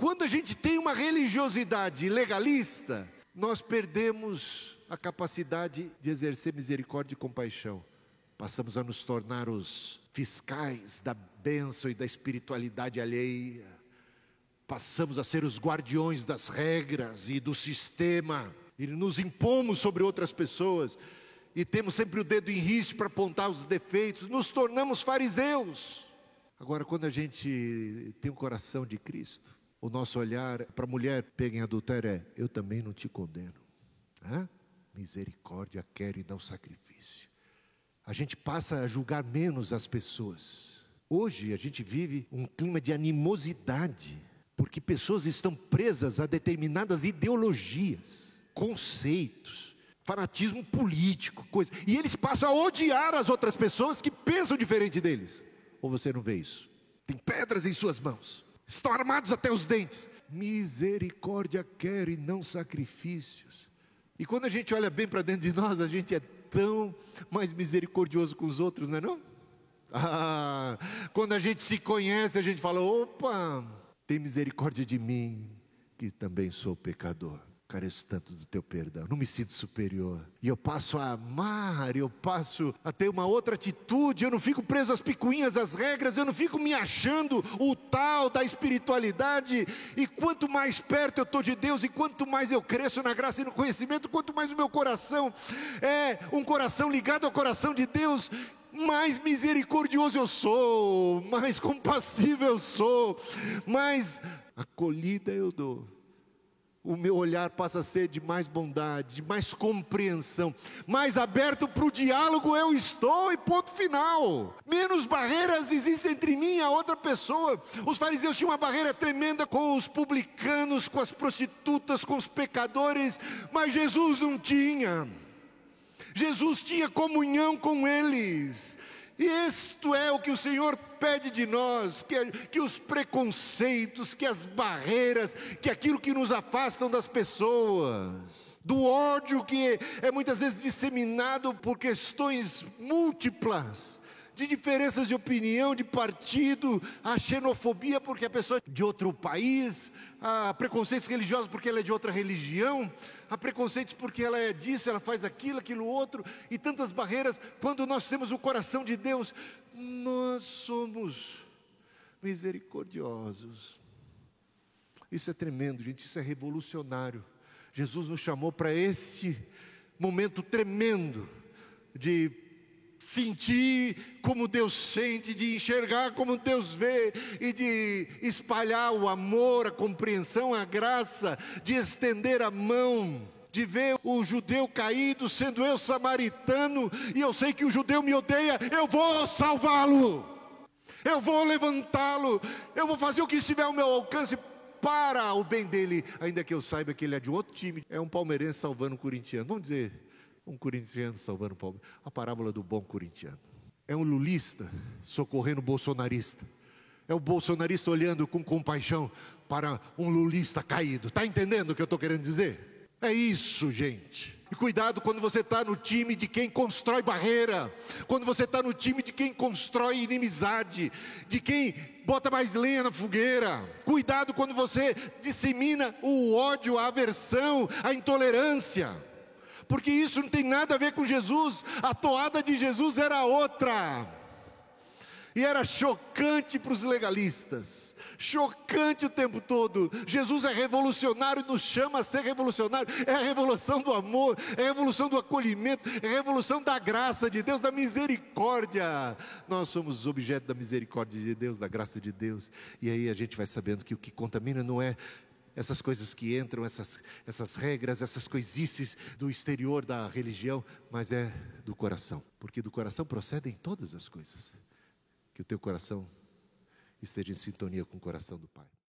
Quando a gente tem uma religiosidade legalista, nós perdemos a capacidade de exercer misericórdia e compaixão. Passamos a nos tornar os fiscais da bênção e da espiritualidade alheia. Passamos a ser os guardiões das regras e do sistema. E nos impomos sobre outras pessoas. E temos sempre o dedo em riste para apontar os defeitos. Nos tornamos fariseus. Agora, quando a gente tem o coração de Cristo, o nosso olhar para a mulher pega em adultério é: eu também não te condeno. Misericórdia quero e não sacrifício. A gente passa a julgar menos as pessoas. Hoje a gente vive um clima de animosidade, porque pessoas estão presas a determinadas ideologias, conceitos, fanatismo político, coisa. E eles passam a odiar as outras pessoas que pensam diferente deles. Ou você não vê isso? Tem pedras em suas mãos, estão armados até os dentes. Misericórdia quero e não sacrifícios. E quando a gente olha bem para dentro de nós, a gente é tão mais misericordioso com os outros, não é não? Quando a gente se conhece, a gente fala: opa, tem misericórdia de mim, que também sou pecador. Careço tanto do teu perdão, não me sinto superior. E eu passo a amar, eu passo a ter uma outra atitude. Eu não fico preso às picuinhas, às regras. Eu não fico me achando o tal da espiritualidade. E quanto mais perto eu estou de Deus, e quanto mais eu cresço na graça e no conhecimento, quanto mais o meu coração é um coração ligado ao coração de Deus, mais misericordioso eu sou, mais compassivo eu sou, mais acolhida eu dou. O meu olhar passa a ser de mais bondade, de mais compreensão, mais aberto para o diálogo eu estou, e ponto final. Menos barreiras existem entre mim e a outra pessoa. Os fariseus tinham uma barreira tremenda com os publicanos, com as prostitutas, com os pecadores, mas Jesus não tinha. Jesus tinha comunhão com eles. E isto é o que o Senhor pede de nós, que os preconceitos, que as barreiras, que aquilo que nos afastam das pessoas, do ódio que é muitas vezes disseminado por questões múltiplas, de diferenças de opinião, de partido, a xenofobia porque a pessoa é de outro país, a preconceitos religiosos porque ela é de outra religião, a preconceitos porque ela é disso, ela faz aquilo, aquilo outro, e tantas barreiras. Quando nós temos o coração de Deus, nós somos misericordiosos. Isso é tremendo, gente, isso é revolucionário. Jesus nos chamou para esse momento tremendo de sentir como Deus sente, de enxergar como Deus vê, e de espalhar o amor, a compreensão, a graça, de estender a mão, de ver o judeu caído, sendo eu samaritano, e eu sei que o judeu me odeia, eu vou salvá-lo, eu vou levantá-lo, eu vou fazer o que estiver ao meu alcance para o bem dele, ainda que eu saiba que ele é de um outro time. É um palmeirense salvando um corintiano, vamos dizer, um corintiano salvando o Palmeiras. A parábola do bom corintiano. É um lulista socorrendo o bolsonarista. É o bolsonarista olhando com compaixão para um lulista caído. Está entendendo o que eu estou querendo dizer? É isso, gente. E cuidado quando você está no time de quem constrói barreira, quando você está no time de quem constrói inimizade, de quem bota mais lenha na fogueira. Cuidado quando você dissemina o ódio, a aversão, a intolerância, porque isso não tem nada a ver com Jesus. A toada de Jesus era outra, e era chocante para os legalistas, chocante o tempo todo. Jesus é revolucionário, nos chama a ser revolucionário. É a revolução do amor, é a revolução do acolhimento, é a revolução da graça de Deus, da misericórdia. Nós somos objeto da misericórdia de Deus, da graça de Deus. E aí a gente vai sabendo que o que contamina não é essas coisas que entram, essas regras, essas coisices do exterior da religião, mas é do coração, porque do coração procedem todas as coisas. Que o teu coração esteja em sintonia com o coração do Pai.